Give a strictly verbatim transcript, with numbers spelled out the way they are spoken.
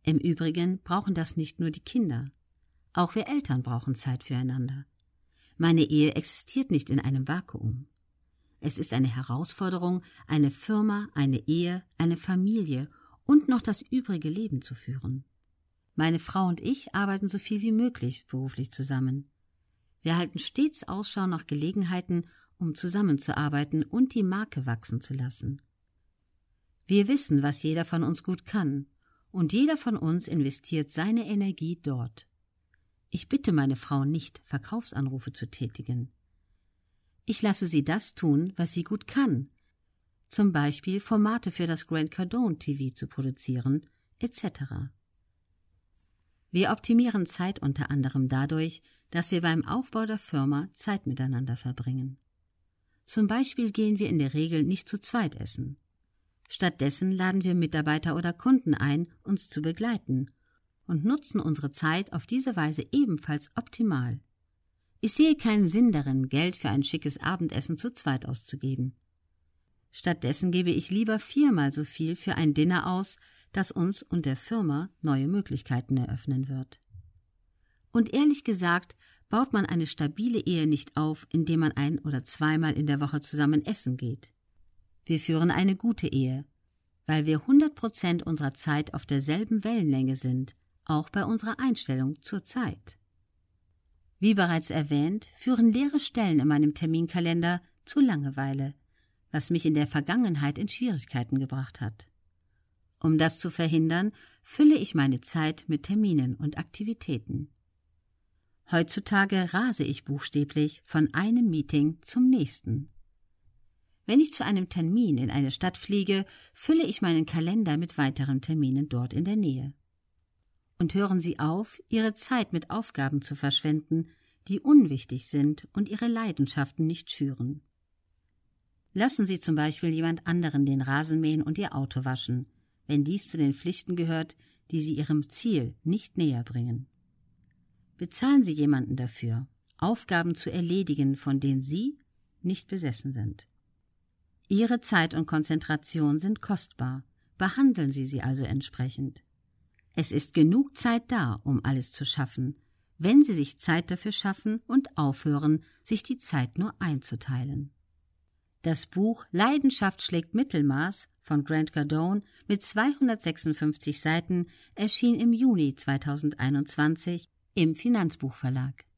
Im Übrigen brauchen das nicht nur die Kinder. Auch wir Eltern brauchen Zeit füreinander. Meine Ehe existiert nicht in einem Vakuum. Es ist eine Herausforderung, eine Firma, eine Ehe, eine Familie und noch das übrige Leben zu führen. Meine Frau und ich arbeiten so viel wie möglich beruflich zusammen. Wir halten stets Ausschau nach Gelegenheiten, um zusammenzuarbeiten und die Marke wachsen zu lassen. Wir wissen, was jeder von uns gut kann, und jeder von uns investiert seine Energie dort. Ich bitte meine Frau nicht, Verkaufsanrufe zu tätigen. Ich lasse sie das tun, was sie gut kann, zum Beispiel Formate für das Grant Cardone T V zu produzieren, et cetera. Wir optimieren Zeit unter anderem dadurch, dass wir beim Aufbau der Firma Zeit miteinander verbringen. Zum Beispiel gehen wir in der Regel nicht zu zweit essen. Stattdessen laden wir Mitarbeiter oder Kunden ein, uns zu begleiten und nutzen unsere Zeit auf diese Weise ebenfalls optimal. Ich sehe keinen Sinn darin, Geld für ein schickes Abendessen zu zweit auszugeben. Stattdessen gebe ich lieber viermal so viel für ein Dinner aus, das uns und der Firma neue Möglichkeiten eröffnen wird. Und ehrlich gesagt, baut man eine stabile Ehe nicht auf, indem man ein- oder zweimal in der Woche zusammen essen geht. Wir führen eine gute Ehe, weil wir hundert Prozent unserer Zeit auf derselben Wellenlänge sind, auch bei unserer Einstellung zur Zeit. Wie bereits erwähnt, führen leere Stellen in meinem Terminkalender zu Langeweile, was mich in der Vergangenheit in Schwierigkeiten gebracht hat. Um das zu verhindern, fülle ich meine Zeit mit Terminen und Aktivitäten. Heutzutage rase ich buchstäblich von einem Meeting zum nächsten. Wenn ich zu einem Termin in eine Stadt fliege, fülle ich meinen Kalender mit weiteren Terminen dort in der Nähe. Und hören Sie auf, Ihre Zeit mit Aufgaben zu verschwenden, die unwichtig sind und Ihre Leidenschaften nicht schüren. Lassen Sie zum Beispiel jemand anderen den Rasen mähen und Ihr Auto waschen, wenn dies zu den Pflichten gehört, die Sie Ihrem Ziel nicht näher bringen. Bezahlen Sie jemanden dafür, Aufgaben zu erledigen, von denen Sie nicht besessen sind. Ihre Zeit und Konzentration sind kostbar, behandeln Sie sie also entsprechend. Es ist genug Zeit da, um alles zu schaffen, wenn Sie sich Zeit dafür schaffen und aufhören, sich die Zeit nur einzuteilen. Das Buch Leidenschaft schlägt Mittelmaß von Grant Cardone mit zweihundertsechsundfünfzig Seiten erschien im Juni zweitausendeinundzwanzig im Finanzbuchverlag.